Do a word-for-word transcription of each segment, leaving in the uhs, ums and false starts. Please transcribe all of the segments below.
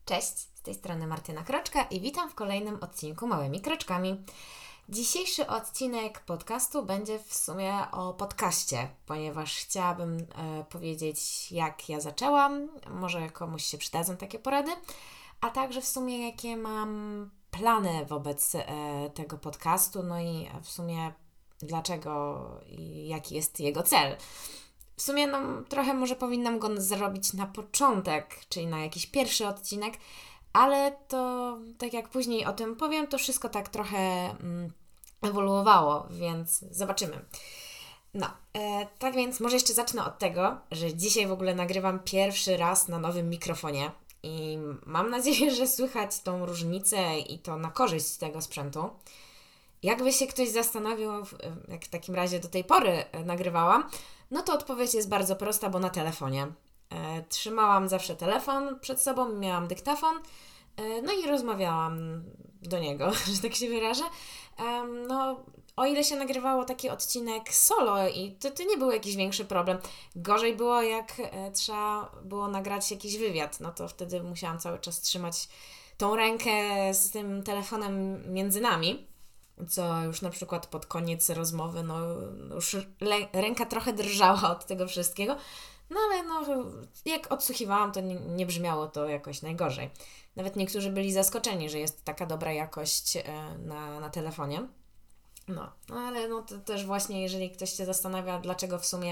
Cześć, z tej strony Martyna Kroczka i witam w kolejnym odcinku Małymi Kroczkami. Dzisiejszy odcinek podcastu będzie w sumie o podcaście, ponieważ chciałabym e, powiedzieć, jak ja zaczęłam, może komuś się przydadzą takie porady, a także w sumie jakie mam plany wobec e, tego podcastu, no i w sumie dlaczego i jaki jest jego cel. W sumie no, trochę może powinnam go zrobić na początek, czyli na jakiś pierwszy odcinek, ale to, tak jak później o tym powiem, to wszystko tak trochę mm, ewoluowało, więc zobaczymy. No, e, tak więc może jeszcze zacznę od tego, że dzisiaj w ogóle nagrywam pierwszy raz na nowym mikrofonie i mam nadzieję, że słychać tą różnicę i to na korzyść tego sprzętu. Jakby się ktoś zastanowił, jak w takim razie do tej pory nagrywałam, no to odpowiedź jest bardzo prosta, bo na telefonie. E, trzymałam zawsze telefon przed sobą, miałam dyktafon, e, no i rozmawiałam do niego, że tak się wyrażę. E, no, o ile się nagrywało taki odcinek solo i to, to nie był jakiś większy problem. Gorzej było, jak e, trzeba było nagrać jakiś wywiad, no to wtedy musiałam cały czas trzymać tą rękę z tym telefonem między nami. Co już na przykład pod koniec rozmowy, no już le- ręka trochę drżała od tego wszystkiego, no ale no jak odsłuchiwałam, to nie, nie brzmiało to jakoś najgorzej. Nawet niektórzy byli zaskoczeni, że jest taka dobra jakość e, na, na telefonie. No, no ale no to też właśnie, jeżeli ktoś się zastanawia, dlaczego w sumie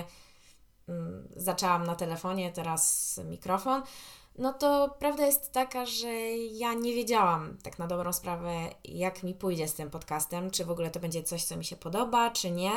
mm, zaczęłam na telefonie, teraz mikrofon, no to prawda jest taka, że ja nie wiedziałam tak na dobrą sprawę, jak mi pójdzie z tym podcastem, czy w ogóle to będzie coś, co mi się podoba, czy nie,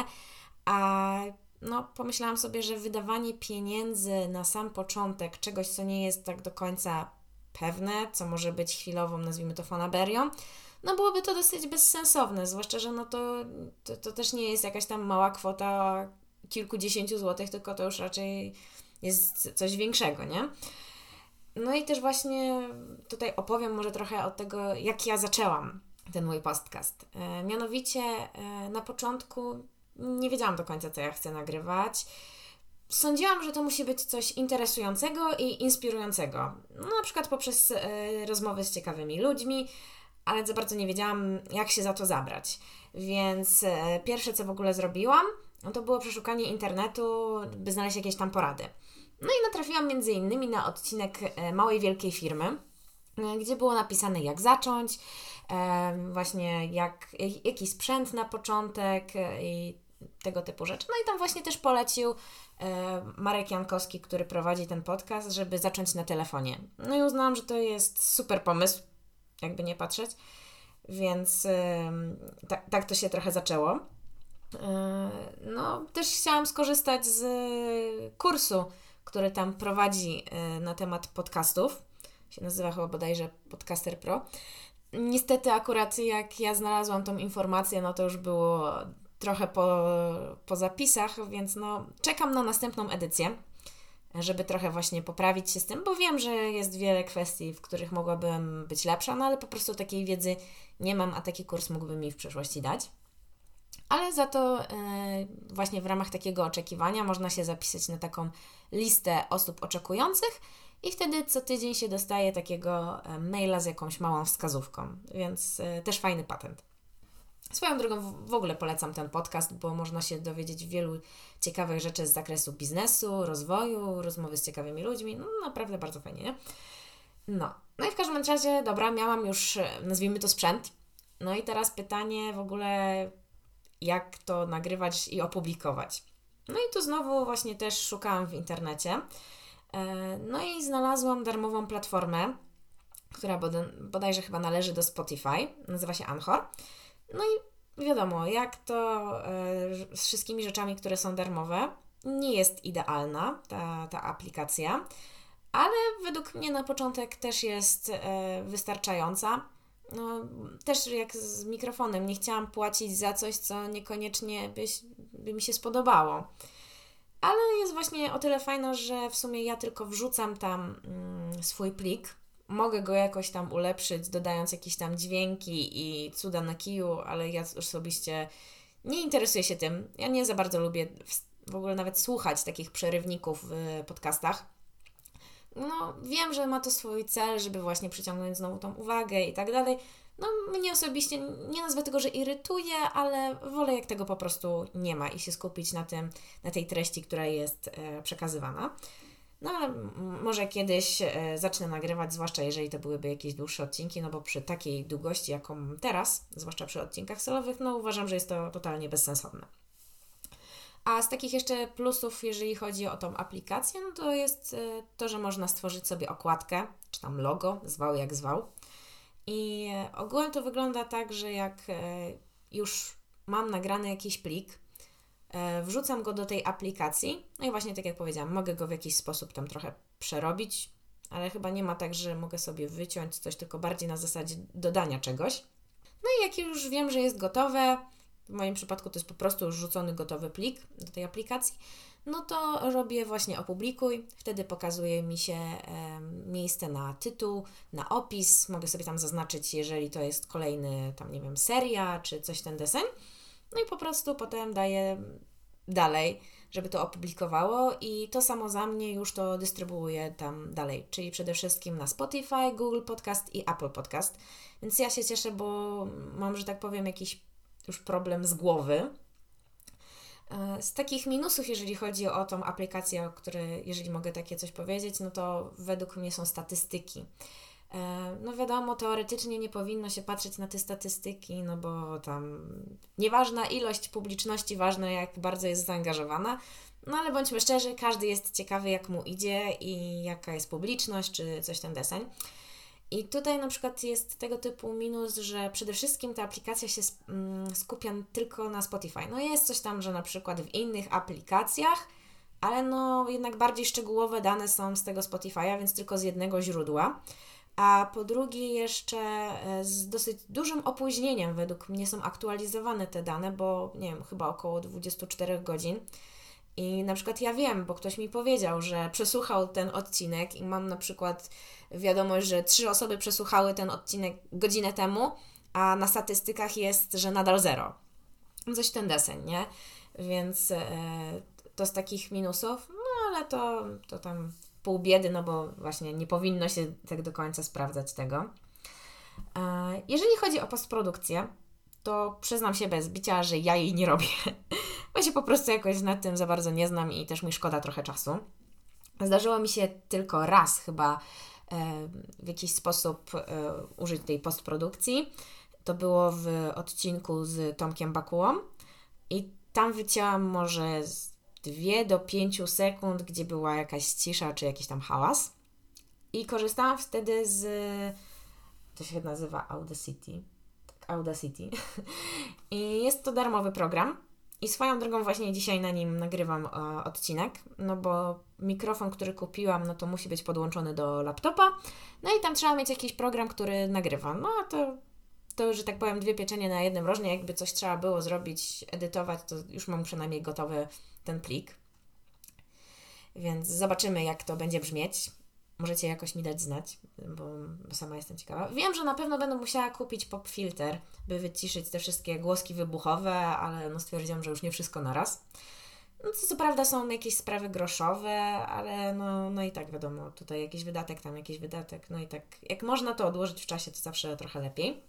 a no pomyślałam sobie, że wydawanie pieniędzy na sam początek czegoś, co nie jest tak do końca pewne, co może być chwilową, nazwijmy to fanaberią, no byłoby to dosyć bezsensowne, zwłaszcza, że no to, to, to też nie jest jakaś tam mała kwota kilkudziesięciu złotych, tylko to już raczej jest coś większego, nie? No i też właśnie tutaj opowiem może trochę o tego, jak ja zaczęłam ten mój podcast. E, mianowicie e, na początku nie wiedziałam do końca, co ja chcę nagrywać. Sądziłam, że to musi być coś interesującego i inspirującego. No, na przykład poprzez e, rozmowy z ciekawymi ludźmi, ale za bardzo nie wiedziałam, jak się za to zabrać. Więc e, pierwsze, co w ogóle zrobiłam, no to było przeszukanie internetu, by znaleźć jakieś tam porady. No i natrafiłam między innymi na odcinek Małej Wielkiej Firmy, gdzie było napisane, jak zacząć, właśnie jak, jaki sprzęt na początek i tego typu rzeczy. No i tam właśnie też polecił Marek Jankowski, który prowadzi ten podcast, żeby zacząć na telefonie. No i uznałam, że to jest super pomysł, jakby nie patrzeć, więc tak, tak to się trochę zaczęło. No, też chciałam skorzystać z kursu, który tam prowadzi na temat podcastów. Się nazywa chyba bodajże Podcaster Pro. Niestety akurat jak ja znalazłam tą informację, no to już było trochę po, po zapisach, więc no czekam na następną edycję, żeby trochę właśnie poprawić się z tym, bo wiem, że jest wiele kwestii, w których mogłabym być lepsza, no ale po prostu takiej wiedzy nie mam, a taki kurs mógłby mi w przyszłości dać. Ale za to yy, właśnie w ramach takiego oczekiwania można się zapisać na taką listę osób oczekujących i wtedy co tydzień się dostaje takiego maila z jakąś małą wskazówką, więc yy, też fajny patent. Swoją drogą w, w ogóle polecam ten podcast, bo można się dowiedzieć wielu ciekawych rzeczy z zakresu biznesu, rozwoju, rozmowy z ciekawymi ludźmi, no naprawdę bardzo fajnie, nie? No, no i w każdym razie, dobra, miałam już, nazwijmy to sprzęt, no i teraz pytanie w ogóle, jak to nagrywać i opublikować. No i tu znowu właśnie też szukałam w internecie. No i znalazłam darmową platformę, która bodajże chyba należy do Spotify, nazywa się Anchor. No i wiadomo, jak to z wszystkimi rzeczami, które są darmowe, nie jest idealna ta, ta aplikacja, ale według mnie na początek też jest wystarczająca. No, też jak z mikrofonem, nie chciałam płacić za coś, co niekoniecznie by, by mi się spodobało. Ale jest właśnie o tyle fajna, że w sumie ja tylko wrzucam tam mm, swój plik. Mogę go jakoś tam ulepszyć, dodając jakieś tam dźwięki i cuda na kiju, ale ja osobiście nie interesuję się tym. Ja nie za bardzo lubię w, w ogóle nawet słuchać takich przerywników w podcastach. no wiem, że ma to swój cel, żeby właśnie przyciągnąć znowu tą uwagę i tak dalej. No mnie osobiście, nie nazwę tego, że irytuje, ale wolę jak tego po prostu nie ma i się skupić na tym, na tej treści, która jest e, przekazywana. No ale m- może kiedyś e, zacznę nagrywać, zwłaszcza jeżeli to byłyby jakieś dłuższe odcinki, no bo przy takiej długości, jaką mam teraz, zwłaszcza przy odcinkach solowych, no uważam, że jest to totalnie bezsensowne. A z takich jeszcze plusów, jeżeli chodzi o tą aplikację, no to jest e, to, że można stworzyć sobie okładkę, czy tam logo, zwał jak zwał. I e, ogółem to wygląda tak, że jak e, już mam nagrany jakiś plik, e, wrzucam go do tej aplikacji, no i właśnie tak jak powiedziałam, mogę go w jakiś sposób tam trochę przerobić, ale chyba nie ma tak, że mogę sobie wyciąć coś, tylko bardziej na zasadzie dodania czegoś. No i jak już wiem, że jest gotowe, w moim przypadku to jest po prostu już rzucony gotowy plik do tej aplikacji, no to robię właśnie opublikuj, wtedy pokazuje mi się e, miejsce na tytuł, na opis, mogę sobie tam zaznaczyć, jeżeli to jest kolejny, tam nie wiem, seria, czy coś ten deseń, no i po prostu potem daję dalej, żeby to opublikowało i to samo za mnie już to dystrybuuje tam dalej, czyli przede wszystkim na Spotify, Google Podcast i Apple Podcast, więc ja się cieszę, bo mam, że tak powiem, jakiś już problem z głowy. Z takich minusów, jeżeli chodzi o tą aplikację, o której, jeżeli mogę takie coś powiedzieć, no to według mnie są statystyki. No wiadomo, teoretycznie nie powinno się patrzeć na te statystyki, no bo tam nieważna ilość publiczności, ważne jak bardzo jest zaangażowana, no ale bądźmy szczerzy, każdy jest ciekawy jak mu idzie i jaka jest publiczność, czy coś ten deseń. I tutaj na przykład jest tego typu minus, że przede wszystkim ta aplikacja się skupia tylko na Spotify. No jest coś tam, że na przykład w innych aplikacjach, ale no jednak bardziej szczegółowe dane są z tego Spotify'a, więc tylko z jednego źródła. A po drugie jeszcze z dosyć dużym opóźnieniem według mnie są aktualizowane te dane, bo nie wiem, chyba około dwadzieścia cztery godzin. I na przykład ja wiem, bo ktoś mi powiedział, że przesłuchał ten odcinek i mam na przykład wiadomość, że trzy osoby przesłuchały ten odcinek godzinę temu, a na statystykach jest, że nadal zero. Coś ten deseń, nie? Więc e, to z takich minusów, no ale to, to tam pół biedy, no bo właśnie nie powinno się tak do końca sprawdzać tego. E, jeżeli chodzi o postprodukcję, to przyznam się bez bicia, że ja jej nie robię. Bo się po prostu jakoś nad tym za bardzo nie znam i też mi szkoda trochę czasu. Zdarzyło mi się tylko raz chyba e, w jakiś sposób e, użyć tej postprodukcji. To było w odcinku z Tomkiem Bakułą i tam wycięłam może z dwie do pięciu sekund, gdzie była jakaś cisza czy jakiś tam hałas. I korzystałam wtedy z... to się nazywa Audacity. Tak, Audacity. I jest to darmowy program. I swoją drogą właśnie dzisiaj na nim nagrywam e, odcinek, no bo mikrofon, który kupiłam, no to musi być podłączony do laptopa, no i tam trzeba mieć jakiś program, który nagrywa. No a to, to że tak powiem, dwie pieczenie na jednym rożnie, jakby coś trzeba było zrobić, edytować, to już mam przynajmniej gotowy ten plik. Więc zobaczymy, jak to będzie brzmieć. Możecie jakoś mi dać znać, bo, bo sama jestem ciekawa. Wiem, że na pewno będę musiała kupić pop filter, by wyciszyć te wszystkie głoski wybuchowe, ale no stwierdziłam, że już nie wszystko naraz. No to co prawda są jakieś sprawy groszowe, ale no, no i tak wiadomo, tutaj jakiś wydatek, tam jakiś wydatek, no i tak jak można to odłożyć w czasie, to zawsze trochę lepiej.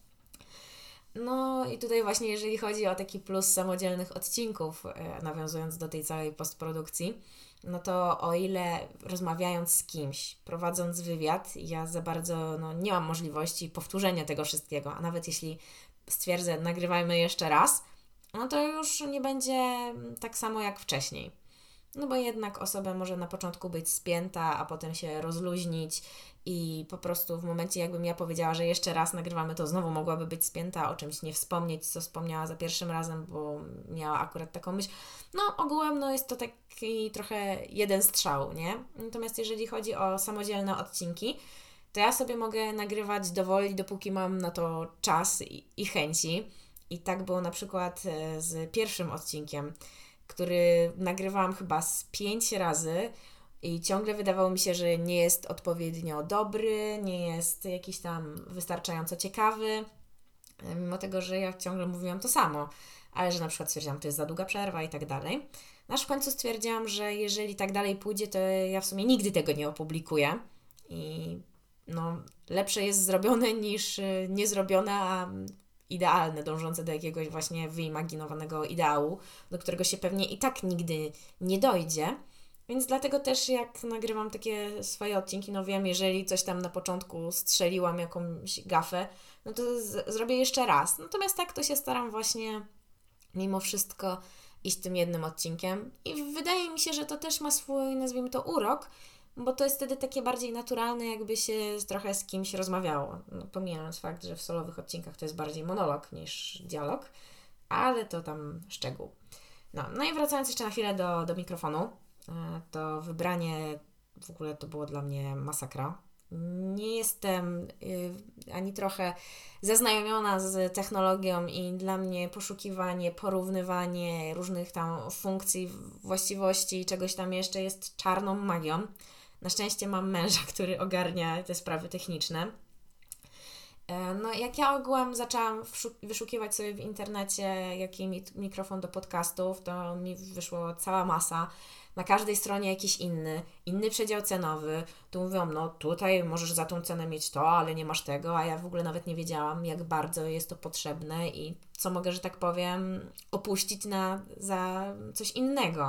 No i tutaj właśnie jeżeli chodzi o taki plus samodzielnych odcinków, nawiązując do tej całej postprodukcji, no to o ile rozmawiając z kimś, prowadząc wywiad, ja za bardzo no, nie mam możliwości powtórzenia tego wszystkiego, a nawet jeśli stwierdzę, nagrywajmy jeszcze raz, no to już nie będzie tak samo jak wcześniej. No bo jednak osoba może na początku być spięta, a potem się rozluźnić i po prostu w momencie jakbym ja powiedziała, że jeszcze raz nagrywamy, to znowu mogłaby być spięta, o czymś nie wspomnieć, co wspomniała za pierwszym razem, bo miała akurat taką myśl. No ogółem no jest to taki trochę jeden strzał, nie? Natomiast jeżeli chodzi o samodzielne odcinki, to ja sobie mogę nagrywać dowoli, dopóki mam na to czas i, i chęci. I tak było na przykład z pierwszym odcinkiem, który nagrywałam chyba z pięć razy i ciągle wydawało mi się, że nie jest odpowiednio dobry, nie jest jakiś tam wystarczająco ciekawy. mimo tego, że ja ciągle mówiłam to samo, ale że na przykład stwierdziłam, to jest za długa przerwa i tak dalej. Aż w końcu stwierdziłam, że jeżeli tak dalej pójdzie, to ja w sumie nigdy tego nie opublikuję i no, lepsze jest zrobione niż niezrobione, a idealne, dążące do jakiegoś właśnie wyimaginowanego ideału, do którego się pewnie i tak nigdy nie dojdzie. Więc dlatego też jak nagrywam takie swoje odcinki, no wiem, jeżeli coś tam na początku strzeliłam jakąś gafę, no to z- zrobię jeszcze raz. Natomiast tak to się staram właśnie mimo wszystko iść tym jednym odcinkiem i wydaje mi się, że to też ma swój, nazwijmy to, urok, bo to jest wtedy takie bardziej naturalne, jakby się trochę z kimś rozmawiało. No, pomijając fakt, że w solowych odcinkach to jest bardziej monolog niż dialog, ale to tam szczegół. No, no i wracając jeszcze na chwilę do, do mikrofonu, to wybranie w ogóle to było dla mnie masakra. Nie jestem y, ani trochę zaznajomiona z technologią i dla mnie poszukiwanie, porównywanie różnych tam funkcji, właściwości i czegoś tam jeszcze jest czarną magią. Na szczęście mam męża, który ogarnia te sprawy techniczne. No, jak ja ogółem zaczęłam wyszukiwać sobie w internecie jaki mikrofon do podcastów, to mi wyszło cała masa. Na każdej stronie jakiś inny, inny przedział cenowy. Tu mówią, no tutaj możesz za tą cenę mieć to, ale nie masz tego, a ja w ogóle nawet nie wiedziałam, jak bardzo jest to potrzebne i co mogę, że tak powiem, opuścić na, za coś innego.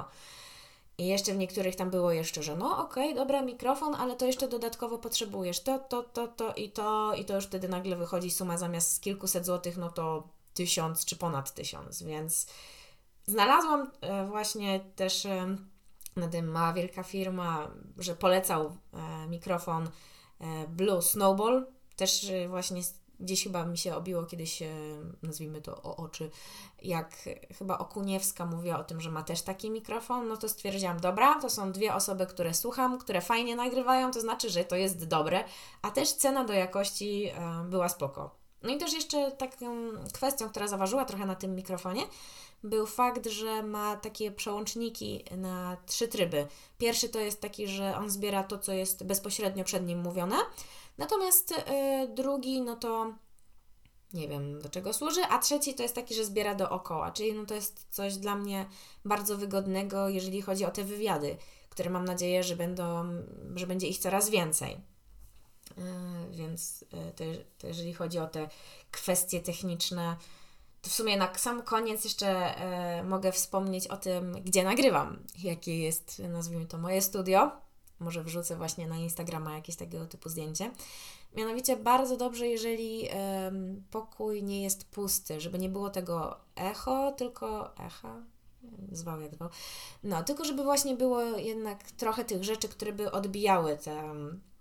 I jeszcze w niektórych tam było jeszcze, że no okej, okay, dobra, mikrofon, ale to jeszcze dodatkowo potrzebujesz to, to, to, to i to i to już wtedy nagle wychodzi suma zamiast z kilkuset złotych, no to tysiąc czy ponad tysiąc, więc znalazłam e, właśnie też e, na tym mała wielka firma, że polecał e, mikrofon e, Blue Snowball, też e, właśnie gdzieś chyba mi się obiło kiedyś, nazwijmy to o oczy, jak chyba Okuniewska mówiła o tym, że ma też taki mikrofon, no to stwierdziłam, dobra, to są dwie osoby, które słucham, które fajnie nagrywają, to znaczy, że to jest dobre, a też cena do jakości była spoko. No i też jeszcze taką kwestią, która zaważyła trochę na tym mikrofonie, był fakt, że ma takie przełączniki na trzy tryby. Pierwszy to jest taki, że on zbiera to, co jest bezpośrednio przed nim mówione, natomiast y, drugi, no to nie wiem do czego służy, a trzeci to jest taki, że zbiera dookoła, czyli no to jest coś dla mnie bardzo wygodnego, jeżeli chodzi o te wywiady, które mam nadzieję, że będą, że będzie ich coraz więcej. Yy, więc yy, to, to jeżeli chodzi o te kwestie techniczne, to w sumie na sam koniec jeszcze yy, mogę wspomnieć o tym, gdzie nagrywam, jakie jest, nazwijmy to, moje studio. Może wrzucę właśnie na Instagrama jakieś takiego typu zdjęcie. Mianowicie bardzo dobrze, jeżeli ym, pokój nie jest pusty, żeby nie było tego echo, tylko echa, zwał jak zwał. No, tylko żeby właśnie było jednak trochę tych rzeczy, które by odbijały te,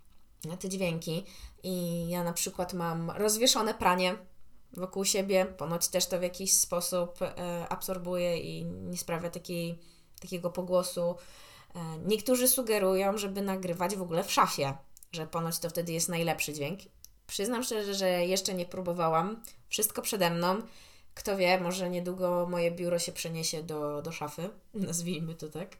te dźwięki. I ja na przykład mam rozwieszone pranie wokół siebie, ponoć też to w jakiś sposób e, absorbuje i nie sprawia takiej, takiego pogłosu. Niektórzy sugerują, żeby nagrywać w ogóle w szafie, że ponoć to wtedy jest najlepszy dźwięk. Przyznam szczerze, że jeszcze nie próbowałam. Wszystko przede mną. Kto wie, może niedługo moje biuro się przeniesie do, do szafy. Nazwijmy to tak.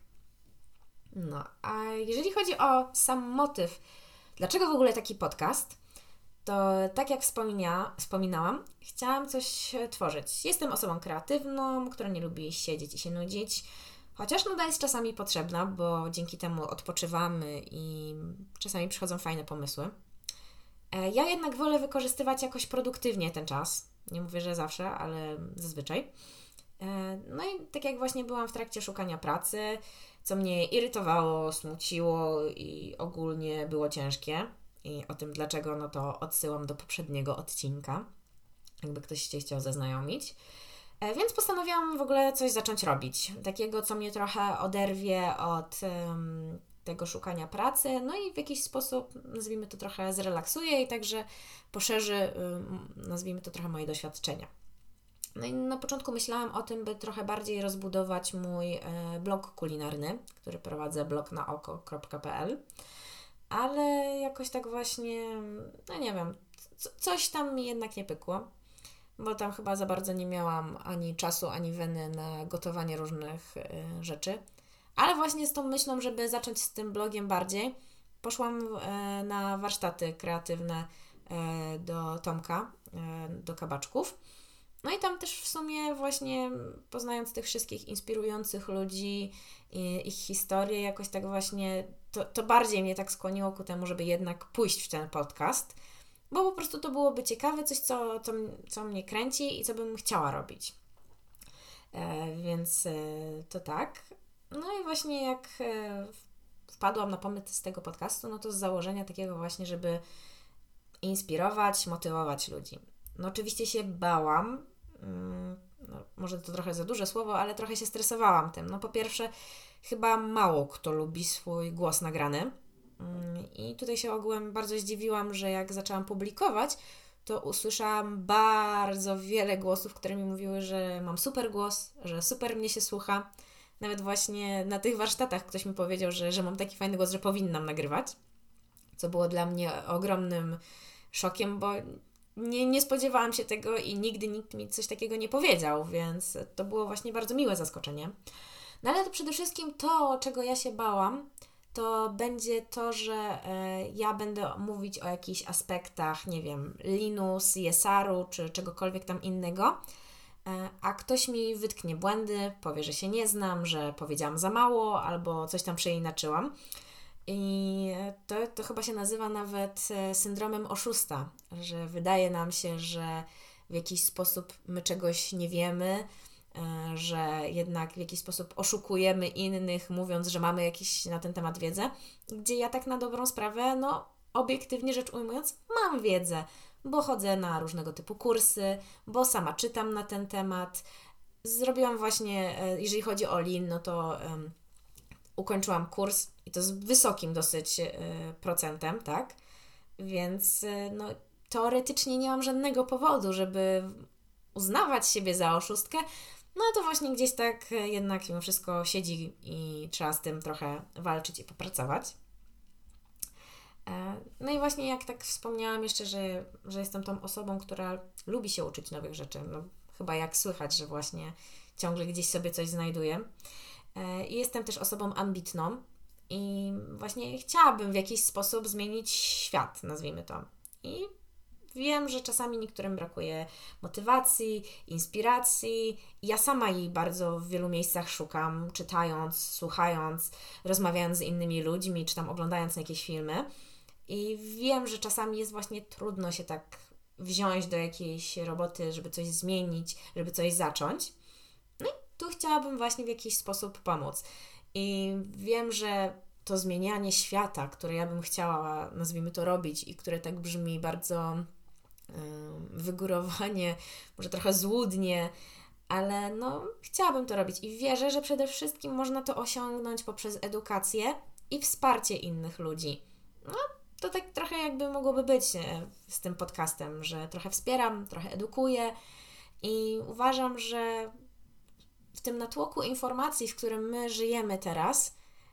No, a jeżeli chodzi o sam motyw, dlaczego w ogóle taki podcast, to tak jak wspomina, wspominałam, chciałam coś tworzyć. Jestem osobą kreatywną, która nie lubi siedzieć i się nudzić. Chociaż nuda jest czasami potrzebna, bo dzięki temu odpoczywamy i czasami przychodzą fajne pomysły. Ja jednak wolę wykorzystywać jakoś produktywnie ten czas. Nie mówię, że zawsze, ale zazwyczaj. No i tak jak właśnie byłam w trakcie szukania pracy, co mnie irytowało, smuciło i ogólnie było ciężkie. I o tym dlaczego, no to odsyłam do poprzedniego odcinka, jakby ktoś się chciał zaznajomić. Więc postanowiłam w ogóle coś zacząć robić. Takiego, co mnie trochę oderwie od um, tego szukania pracy, no i w jakiś sposób, nazwijmy to, trochę zrelaksuje i także poszerzy, um, nazwijmy to, trochę moje doświadczenia. No i na początku myślałam o tym, by trochę bardziej rozbudować mój e, blog kulinarny, który prowadzę, blog na oko kropka pe el, ale jakoś tak właśnie, no nie wiem, c- coś tam mi jednak nie pykło, bo tam chyba za bardzo nie miałam ani czasu, ani weny na gotowanie różnych y, rzeczy. Ale właśnie z tą myślą, żeby zacząć z tym blogiem bardziej, poszłam y, na warsztaty kreatywne do Tomka, do Kabaczków. No i tam też w sumie właśnie poznając tych wszystkich inspirujących ludzi, ich historię, jakoś tak właśnie to, to bardziej mnie tak skłoniło ku temu, żeby jednak pójść w ten podcast, bo po prostu to byłoby ciekawe, coś co, co, co mnie kręci i co bym chciała robić. E, więc e, to tak. No i właśnie jak e, wpadłam na pomysł z tego podcastu, no to z założenia takiego właśnie, żeby inspirować, motywować ludzi. No oczywiście się bałam, no, może to trochę za duże słowo, ale trochę się stresowałam tym. No po pierwsze, chyba mało kto lubi swój głos nagrany i tutaj się ogółem bardzo zdziwiłam, że jak zaczęłam publikować, to usłyszałam bardzo wiele głosów, które mi mówiły, że mam super głos, że super mnie się słucha. Nawet właśnie na tych warsztatach ktoś mi powiedział, że, że mam taki fajny głos, że powinnam nagrywać, co było dla mnie ogromnym szokiem, bo nie, nie spodziewałam się tego i nigdy nikt mi coś takiego nie powiedział, więc to było właśnie bardzo miłe zaskoczenie. No ale to przede wszystkim to, czego ja się bałam, to będzie to, że e, ja będę mówić o jakichś aspektach, nie wiem, Linu, C S R-u czy czegokolwiek tam innego, e, a ktoś mi wytknie błędy, powie, że się nie znam, że powiedziałam za mało albo coś tam przeinaczyłam. I to, to chyba się nazywa nawet syndromem oszusta, że wydaje nam się, że w jakiś sposób my czegoś nie wiemy, że jednak w jakiś sposób oszukujemy innych, mówiąc, że mamy jakieś na ten temat wiedzę, gdzie ja tak na dobrą sprawę, no obiektywnie rzecz ujmując, mam wiedzę, bo chodzę na różnego typu kursy, bo sama czytam na ten temat. Zrobiłam właśnie, jeżeli chodzi o Lean, no to um, ukończyłam kurs i to z wysokim dosyć y, procentem, tak? Więc y, no, teoretycznie nie mam żadnego powodu, żeby uznawać siebie za oszustkę, no to właśnie gdzieś tak jednak mimo wszystko siedzi i trzeba z tym trochę walczyć i popracować. E, no i właśnie jak tak wspomniałam jeszcze, że, że jestem tą osobą, która lubi się uczyć nowych rzeczy, no chyba jak słychać, że właśnie ciągle gdzieś sobie coś znajduję. I jestem też osobą ambitną i właśnie chciałabym w jakiś sposób zmienić świat, nazwijmy to. I wiem, że czasami niektórym brakuje motywacji, inspiracji. Ja sama jej bardzo w wielu miejscach szukam, czytając, słuchając, rozmawiając z innymi ludźmi, czy tam oglądając jakieś filmy. I wiem, że czasami jest właśnie trudno się tak wziąć do jakiejś roboty, żeby coś zmienić, żeby coś zacząć. Tu chciałabym właśnie w jakiś sposób pomóc. I wiem, że to zmienianie świata, które ja bym chciała, nazwijmy to, robić i które tak brzmi bardzo yy, wygórowanie, może trochę złudnie, ale no chciałabym to robić i wierzę, że przede wszystkim można to osiągnąć poprzez edukację i wsparcie innych ludzi. No to tak trochę jakby mogłoby być z tym podcastem, że trochę wspieram, trochę edukuję i uważam, że w tym natłoku informacji, w którym my żyjemy teraz,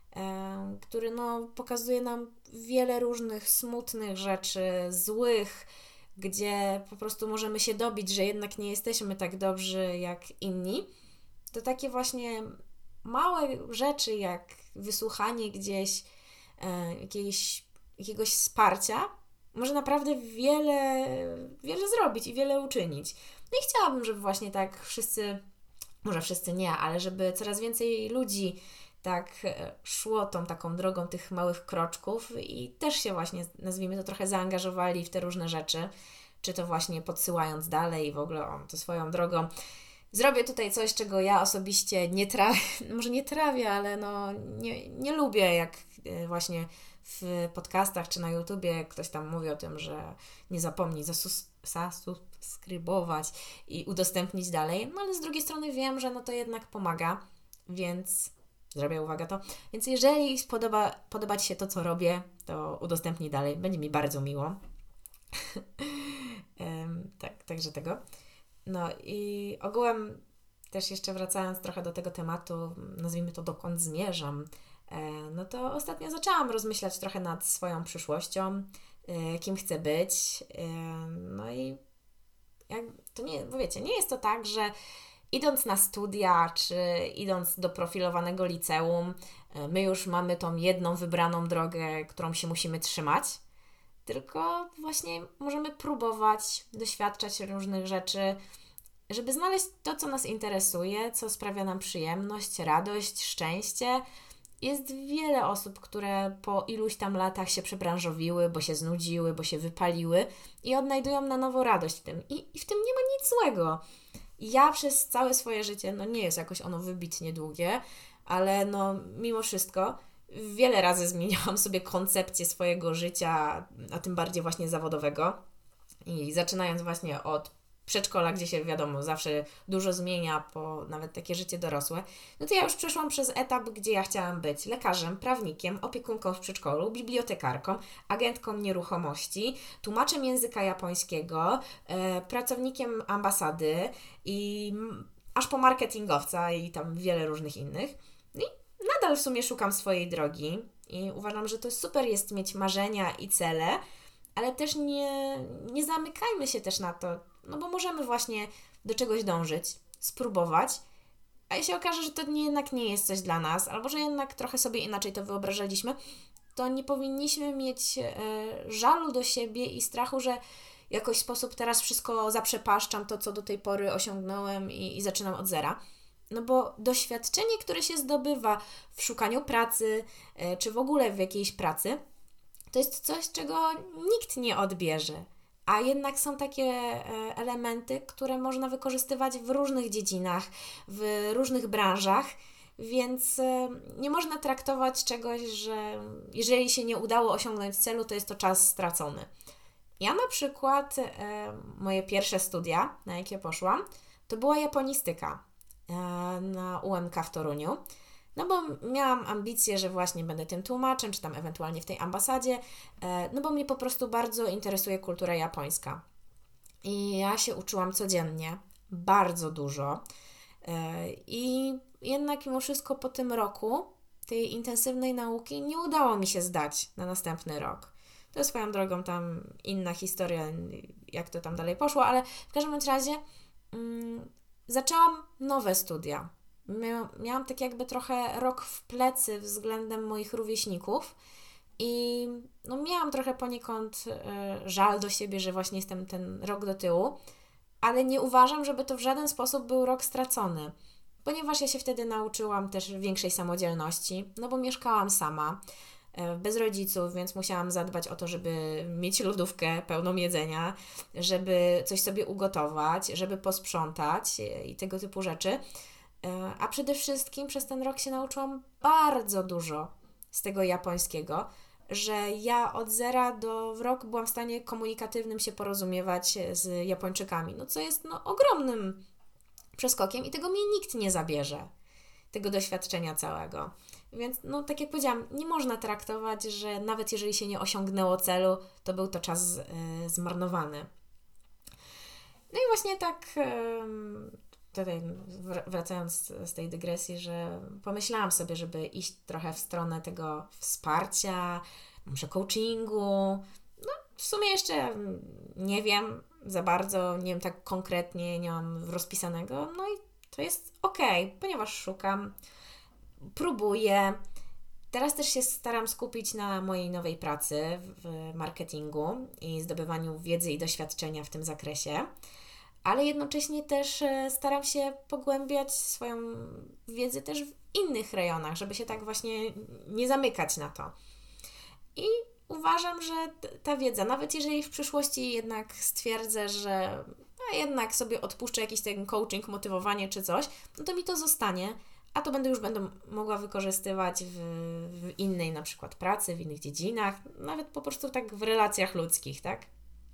e, który no, pokazuje nam wiele różnych smutnych rzeczy, złych, gdzie po prostu możemy się dobić, że jednak nie jesteśmy tak dobrzy jak inni, to takie właśnie małe rzeczy jak wysłuchanie gdzieś e, jakiejś, jakiegoś wsparcia może naprawdę wiele, wiele zrobić i wiele uczynić. No i chciałabym, żeby właśnie tak wszyscy, może wszyscy nie, ale żeby coraz więcej ludzi tak szło tą taką drogą tych małych kroczków i też się właśnie, nazwijmy to, trochę zaangażowali w te różne rzeczy, czy to właśnie podsyłając dalej w ogóle o, to swoją drogą. Zrobię tutaj coś, czego ja osobiście nie trawię, może nie trawię, ale no nie, nie lubię, jak właśnie w podcastach czy na YouTubie ktoś tam mówi o tym, że nie zapomnij zasus- zasubskrybować i udostępnić dalej, no ale z drugiej strony wiem, że no to jednak pomaga, więc zrobię, uwaga to, więc jeżeli spodoba, podoba Ci się to, co robię, to udostępnij dalej, będzie mi bardzo miło. um, tak, także tego. No i ogółem też jeszcze wracając trochę do tego tematu, nazwijmy to dokąd zmierzam, no to ostatnio zaczęłam rozmyślać trochę nad swoją przyszłością, kim chcę być. No i jak, to nie, bo wiecie, nie jest to tak, że idąc na studia, czy idąc do profilowanego liceum, my już mamy tą jedną wybraną drogę, którą się musimy trzymać. tylko właśnie możemy próbować, doświadczać różnych rzeczy, żeby znaleźć to, co nas interesuje, co sprawia nam przyjemność, radość, szczęście. Jest wiele osób, które po iluś tam latach się przebranżowiły, bo się znudziły, bo się wypaliły i odnajdują na nowo radość w tym. I, i w tym nie ma nic złego. Ja przez całe swoje życie, no nie jest jakoś ono wybitnie długie, ale no mimo wszystko wiele razy zmieniałam sobie koncepcję swojego życia, a tym bardziej właśnie zawodowego. I zaczynając właśnie od przedszkola, gdzie się wiadomo, zawsze dużo zmienia, po nawet takie życie dorosłe, no to ja już przeszłam przez etap, gdzie ja chciałam być lekarzem, prawnikiem, opiekunką w przedszkolu, bibliotekarką, agentką nieruchomości, tłumaczem języka japońskiego, e, pracownikiem ambasady i m, aż po marketingowca i tam wiele różnych innych. No i nadal w sumie szukam swojej drogi i uważam, że to super jest mieć marzenia i cele, ale też nie, nie zamykajmy się też na to, no bo możemy właśnie do czegoś dążyć, spróbować, a jeśli okaże, że to nie, jednak nie jest coś dla nas, albo że jednak trochę sobie inaczej to wyobrażaliśmy, to nie powinniśmy mieć e, żalu do siebie i strachu, że w jakoś sposób teraz wszystko zaprzepaszczam, to co do tej pory osiągnąłem i, i zaczynam od zera. No bo doświadczenie, które się zdobywa w szukaniu pracy, e, czy w ogóle w jakiejś pracy, to jest coś, czego nikt nie odbierze. A jednak są takie elementy, które można wykorzystywać w różnych dziedzinach, w różnych branżach, więc nie można traktować czegoś, że jeżeli się nie udało osiągnąć celu, to jest to czas stracony. Ja na przykład, moje pierwsze studia, na jakie poszłam, to była japonistyka na U M K w Toruniu. No bo miałam ambicje, że właśnie będę tym tłumaczem, czy tam ewentualnie w tej ambasadzie, no bo mnie po prostu bardzo interesuje kultura japońska. I ja się uczyłam codziennie, bardzo dużo. I jednak mimo wszystko po tym roku tej intensywnej nauki nie udało mi się zdać na następny rok. To swoją drogą tam inna historia, jak to tam dalej poszło, ale w każdym razie um, zaczęłam nowe studia. Miałam tak jakby trochę rok w plecy względem moich rówieśników i no miałam trochę poniekąd y, żal do siebie, że właśnie jestem ten rok do tyłu, ale nie uważam, żeby to w żaden sposób był rok stracony, ponieważ ja się wtedy nauczyłam też większej samodzielności, no bo mieszkałam sama, y, bez rodziców, więc musiałam zadbać o to, żeby mieć lodówkę pełną jedzenia, żeby coś sobie ugotować, żeby posprzątać y, i tego typu rzeczy. A przede wszystkim przez ten rok się nauczyłam bardzo dużo z tego japońskiego, że ja od zera do w rok byłam w stanie komunikatywnym się porozumiewać z Japończykami, no co jest no, ogromnym przeskokiem i tego mi nikt nie zabierze, tego doświadczenia całego. Więc no tak jak powiedziałam, nie można traktować, że nawet jeżeli się nie osiągnęło celu, to był to czas yy, zmarnowany. No i właśnie tak... Yy, Tutaj wracając z tej dygresji, że pomyślałam sobie, żeby iść trochę w stronę tego wsparcia, może coachingu. No w sumie jeszcze nie wiem za bardzo, nie wiem tak konkretnie, nie mam rozpisanego. No i to jest okej, okay, ponieważ szukam, próbuję. Teraz też się staram skupić na mojej nowej pracy w marketingu i zdobywaniu wiedzy i doświadczenia w tym zakresie. Ale jednocześnie też staram się pogłębiać swoją wiedzę też w innych rejonach, żeby się tak właśnie nie zamykać na to. I uważam, że ta wiedza, nawet jeżeli w przyszłości jednak stwierdzę, że a jednak sobie odpuszczę jakiś ten coaching, motywowanie czy coś, no to mi to zostanie, a to będę już będę mogła wykorzystywać w, w innej na przykład pracy, w innych dziedzinach, nawet po prostu tak w relacjach ludzkich, tak?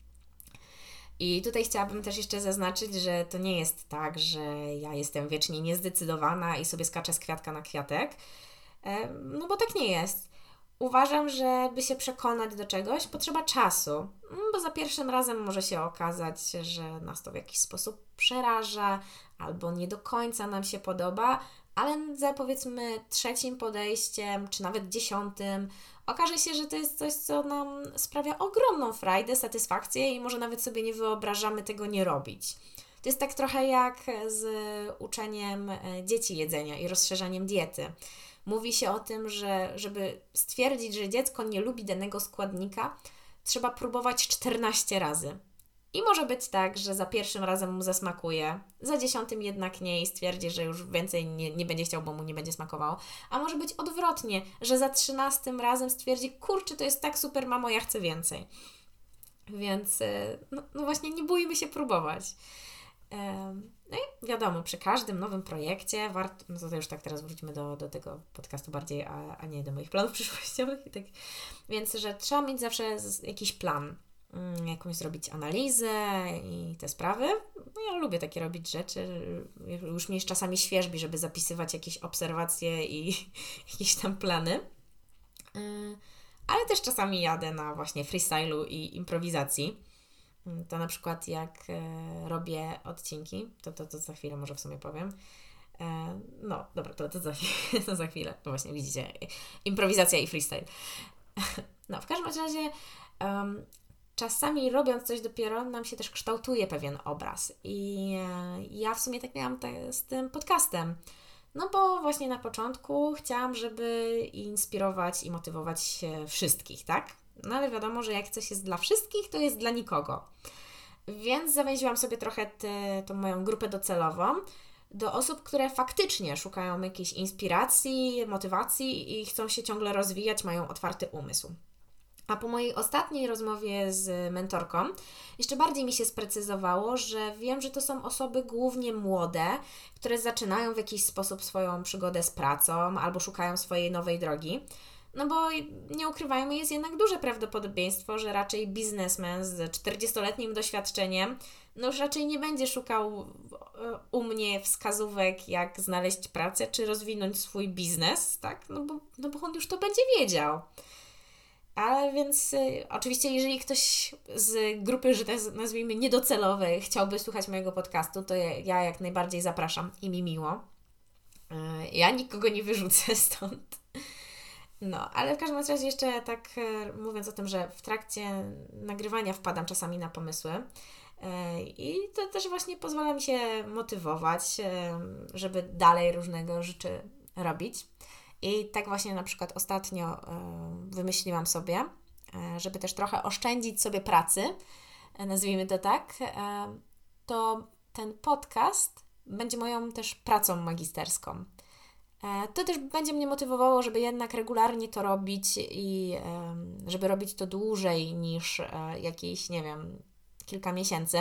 I tutaj chciałabym też jeszcze zaznaczyć, że to nie jest tak, że ja jestem wiecznie niezdecydowana i sobie skaczę z kwiatka na kwiatek, no bo tak nie jest. Uważam, że by się przekonać do czegoś, potrzeba czasu, bo za pierwszym razem może się okazać, że nas to w jakiś sposób przeraża albo nie do końca nam się podoba, ale za powiedzmy trzecim podejściem, czy nawet dziesiątym okaże się, że to jest coś, co nam sprawia ogromną frajdę, satysfakcję i może nawet sobie nie wyobrażamy tego nie robić. To jest tak trochę jak z uczeniem dzieci jedzenia i rozszerzaniem diety. Mówi się o tym, że żeby stwierdzić, że dziecko nie lubi danego składnika, trzeba próbować czternaście razy. I może być tak, że za pierwszym razem mu zasmakuje, za dziesiątym jednak nie i stwierdzi, że już więcej nie, nie będzie chciał, bo mu nie będzie smakowało. A może być odwrotnie, że za trzynastym razem stwierdzi, kurczę, to jest tak super, mamo, ja chcę więcej. Więc no, no właśnie nie bójmy się próbować. No i wiadomo, przy każdym nowym projekcie warto, no to już tak teraz wróćmy do, do tego podcastu bardziej, a, a nie do moich planów przyszłościowych. I tak. Więc, że trzeba mieć zawsze jakiś plan, jakąś zrobić analizę i te sprawy. No ja lubię takie robić rzeczy, już mnie czasami świerzbi, żeby zapisywać jakieś obserwacje i jakieś tam plany. Ale też czasami jadę na właśnie freestylu i improwizacji. To na przykład jak e, robię odcinki, to, to, to za chwilę może w sumie powiem. E, no, dobra, to, to, za, to za chwilę. No właśnie, widzicie, improwizacja i freestyle. No, w każdym razie um, czasami robiąc coś dopiero nam się też kształtuje pewien obraz. I e, ja w sumie tak miałam te, z tym podcastem. No bo właśnie na początku chciałam, żeby inspirować i motywować wszystkich, tak? No ale wiadomo, że jak coś jest dla wszystkich, to jest dla nikogo. Więc zawęziłam sobie trochę tę, tą moją grupę docelową do osób, które faktycznie szukają jakiejś inspiracji, motywacji i chcą się ciągle rozwijać, mają otwarty umysł. A po mojej ostatniej rozmowie z mentorką jeszcze bardziej mi się sprecyzowało, że wiem, że to są osoby głównie młode, które zaczynają w jakiś sposób swoją przygodę z pracą albo szukają swojej nowej drogi. No bo nie ukrywajmy, jest jednak duże prawdopodobieństwo, że raczej biznesmen z czterdziestoletnim doświadczeniem no już raczej nie będzie szukał u mnie wskazówek, jak znaleźć pracę czy rozwinąć swój biznes, tak? No bo, no bo on już to będzie wiedział. Ale więc y, oczywiście, jeżeli ktoś z grupy, że tak nazwijmy niedocelowej, chciałby słuchać mojego podcastu, to ja, ja jak najbardziej zapraszam i mi miło. Y, ja nikogo nie wyrzucę stąd. No, ale w każdym razie jeszcze tak y, mówiąc o tym, że w trakcie nagrywania wpadam czasami na pomysły y, i to też właśnie pozwala mi się motywować, y, żeby dalej różnego rzeczy robić. I tak właśnie na przykład ostatnio y, wymyśliłam sobie, y, żeby też trochę oszczędzić sobie pracy, y, nazwijmy to tak, y, to ten podcast będzie moją też pracą magisterską. Y, to też będzie mnie motywowało, żeby jednak regularnie to robić i y, żeby robić to dłużej niż y, jakieś, nie wiem, kilka miesięcy.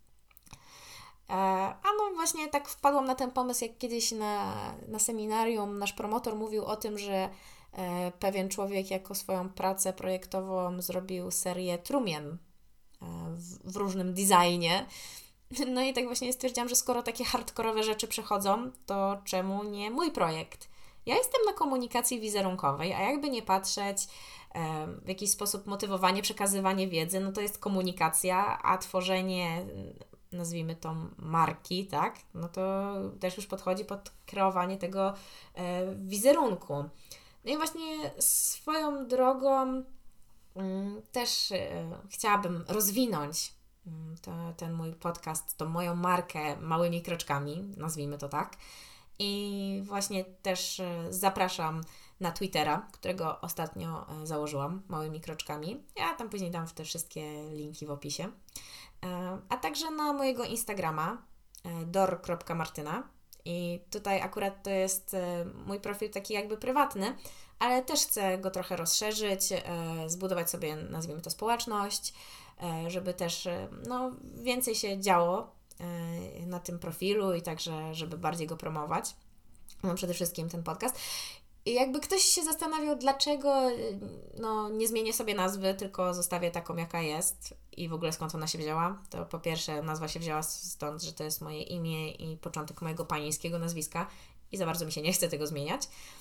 A no właśnie tak wpadłam na ten pomysł, jak kiedyś na, na seminarium nasz promotor mówił o tym, że e, pewien człowiek jako swoją pracę projektową zrobił serię trumien e, w, w różnym designie. No i tak właśnie stwierdziłam, że skoro takie hardkorowe rzeczy przechodzą, to czemu nie mój projekt? Ja jestem na komunikacji wizerunkowej, a jakby nie patrzeć, e, w jakiś sposób motywowanie, przekazywanie wiedzy, no to jest komunikacja, a tworzenie, nazwijmy to marki, tak, no to też już podchodzi pod kreowanie tego e, wizerunku. No i właśnie swoją drogą mm, też e, chciałabym rozwinąć mm, to, ten mój podcast, tą moją markę małymi kroczkami, nazwijmy to tak. I właśnie też e, zapraszam na Twittera, którego ostatnio e, założyłam małymi kroczkami. Ja tam później dam te wszystkie linki w opisie. A także na mojego Instagrama dor kropka martyna i tutaj akurat to jest mój profil taki jakby prywatny, ale też chcę go trochę rozszerzyć, zbudować sobie, nazwijmy to, społeczność, żeby też no, więcej się działo na tym profilu i także, żeby bardziej go promować. No, przede wszystkim ten podcast. I jakby ktoś się zastanawiał, dlaczego no, nie zmienię sobie nazwy, tylko zostawię taką, jaka jest i w ogóle skąd ona się wzięła, to po pierwsze nazwa się wzięła stąd, że to jest moje imię i początek mojego panieńskiego nazwiska i za bardzo mi się nie chce tego zmieniać,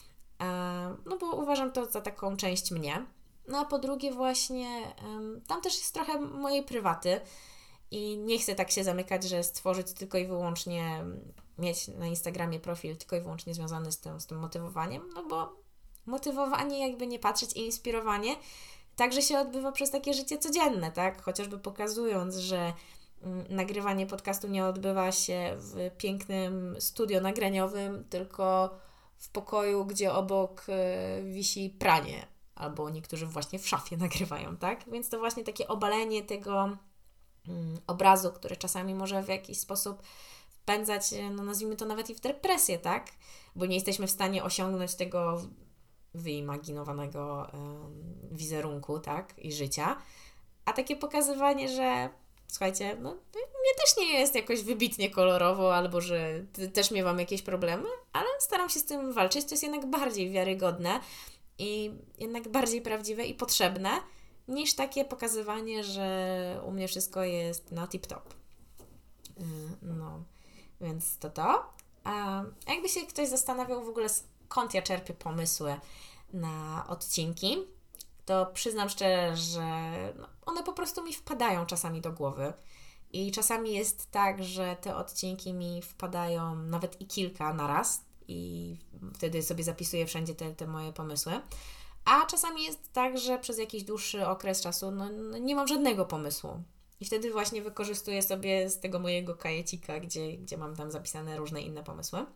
no bo uważam to za taką część mnie. No a po drugie właśnie tam też jest trochę mojej prywaty i nie chcę tak się zamykać, że stworzyć tylko i wyłącznie, mieć na Instagramie profil tylko i wyłącznie związany z tym, z tym motywowaniem, no bo motywowanie, jakby nie patrzeć, i inspirowanie także się odbywa przez takie życie codzienne, tak? Chociażby pokazując, że mm, nagrywanie podcastu nie odbywa się w pięknym studio nagraniowym, tylko w pokoju, gdzie obok y, wisi pranie albo niektórzy właśnie w szafie nagrywają, tak? Więc to właśnie takie obalenie tego mm, obrazu, który czasami może w jakiś sposób wpędzać, no nazwijmy to nawet i w depresję, tak? Bo nie jesteśmy w stanie osiągnąć tego wyimaginowanego y, wizerunku, tak? I życia. A takie pokazywanie, że słuchajcie, no mnie też nie jest jakoś wybitnie kolorowo, albo że ty, też miewam jakieś problemy, ale staram się z tym walczyć. To jest jednak bardziej wiarygodne i jednak bardziej prawdziwe i potrzebne, niż takie pokazywanie, że u mnie wszystko jest na tip-top. Yy, no, więc to to. A jakby się ktoś zastanawiał w ogóle, skąd ja czerpię pomysły na odcinki, to przyznam szczerze, że no, one po prostu mi wpadają czasami do głowy. I czasami jest tak, że te odcinki mi wpadają nawet i kilka na raz i wtedy sobie zapisuję wszędzie te, te moje pomysły. A czasami jest tak, że przez jakiś dłuższy okres czasu no, no nie mam żadnego pomysłu. I wtedy właśnie wykorzystuję sobie z tego mojego kajecika, gdzie, gdzie mam tam zapisane różne inne pomysły.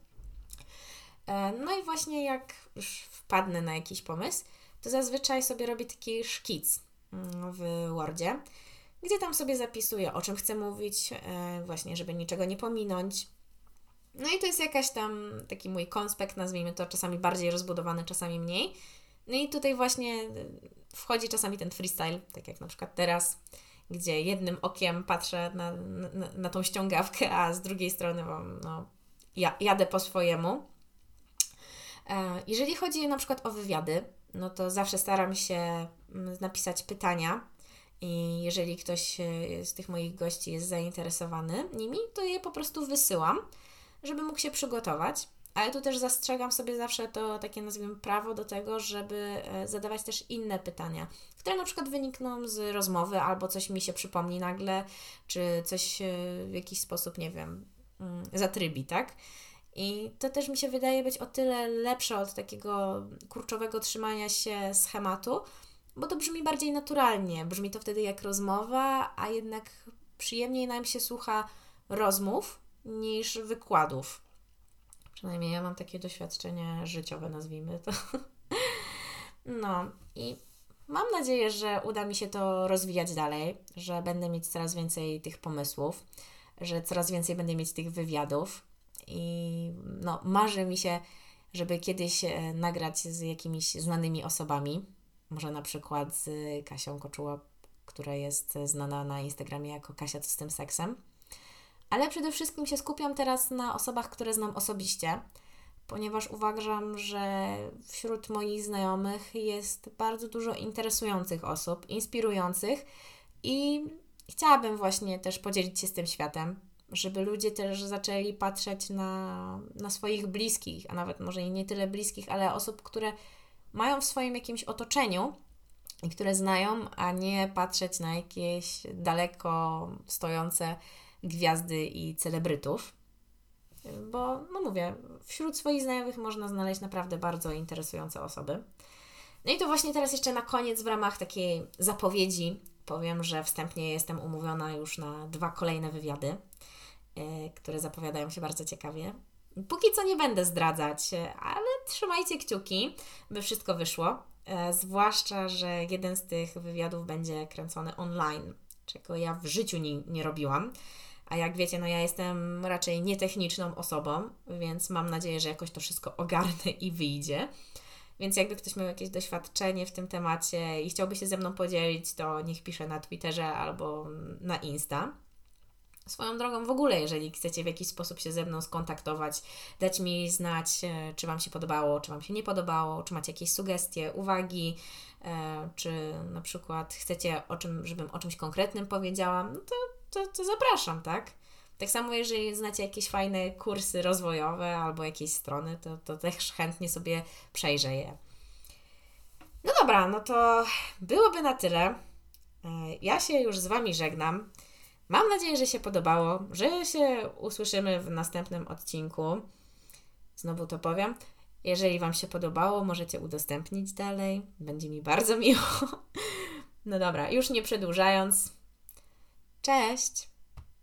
No i właśnie jak już wpadnę na jakiś pomysł, to zazwyczaj sobie robię taki szkic w Wordzie, gdzie tam sobie zapisuję, o czym chcę mówić, właśnie, żeby niczego nie pominąć. No i to jest jakaś tam taki mój konspekt, nazwijmy to, czasami bardziej rozbudowany, czasami mniej. No i tutaj właśnie wchodzi czasami ten freestyle, tak jak na przykład teraz, gdzie jednym okiem patrzę na, na, na tą ściągawkę, a z drugiej strony no, ja, jadę po swojemu. Jeżeli chodzi na przykład o wywiady, no to zawsze staram się napisać pytania i jeżeli ktoś z tych moich gości jest zainteresowany nimi, to je po prostu wysyłam, żeby mógł się przygotować. Ale tu też zastrzegam sobie zawsze to takie, nazwijmy, prawo do tego, żeby zadawać też inne pytania, które na przykład wynikną z rozmowy albo coś mi się przypomni nagle, czy coś w jakiś sposób, nie wiem, zatrybi, tak? I to też mi się wydaje być o tyle lepsze od takiego kurczowego trzymania się schematu, bo to brzmi bardziej naturalnie, brzmi to wtedy jak rozmowa, a jednak przyjemniej nam się słucha rozmów niż wykładów. Przynajmniej ja mam takie doświadczenie życiowe, nazwijmy to. No i mam nadzieję, że uda mi się to rozwijać dalej, że będę mieć coraz więcej tych pomysłów, że coraz więcej będę mieć tych wywiadów i no, marzy mi się, żeby kiedyś nagrać z jakimiś znanymi osobami, może na przykład z Kasią Koczuła, która jest znana na Instagramie jako Kasia z tym seksem. Ale przede wszystkim się skupiam teraz na osobach, które znam osobiście, ponieważ uważam, że wśród moich znajomych jest bardzo dużo interesujących osób, inspirujących i chciałabym właśnie też podzielić się z tym światem, żeby ludzie też zaczęli patrzeć na, na swoich bliskich, a nawet może i nie tyle bliskich, ale osób, które mają w swoim jakimś otoczeniu i które znają, a nie patrzeć na jakieś daleko stojące gwiazdy i celebrytów, bo, no mówię, wśród swoich znajomych można znaleźć naprawdę bardzo interesujące osoby. No i to właśnie teraz jeszcze na koniec w ramach takiej zapowiedzi powiem, że wstępnie jestem umówiona już na dwa kolejne wywiady, yy, które zapowiadają się bardzo ciekawie. Póki co nie będę zdradzać, ale trzymajcie kciuki, by wszystko wyszło, yy, zwłaszcza, że jeden z tych wywiadów będzie kręcony online, czego ja w życiu nie, nie robiłam. A jak wiecie, no ja jestem raczej nietechniczną osobą, więc mam nadzieję, że jakoś to wszystko ogarnę i wyjdzie. Więc jakby ktoś miał jakieś doświadczenie w tym temacie i chciałby się ze mną podzielić, to niech pisze na Twitterze albo na Insta. Swoją drogą w ogóle, jeżeli chcecie w jakiś sposób się ze mną skontaktować, dać mi znać, czy Wam się podobało, czy Wam się nie podobało, czy macie jakieś sugestie, uwagi, czy na przykład chcecie, o czym, żebym o czymś konkretnym powiedziała, no to, to, to zapraszam, tak? Tak samo jeżeli znacie jakieś fajne kursy rozwojowe albo jakieś strony, to, to też chętnie sobie przejrzę je. No dobra, no to byłoby na tyle. Ja się już z Wami żegnam. Mam nadzieję, że się podobało, że się usłyszymy w następnym odcinku. Znowu to powiem. Jeżeli Wam się podobało, możecie udostępnić dalej. Będzie mi bardzo miło. No dobra, już nie przedłużając. Cześć!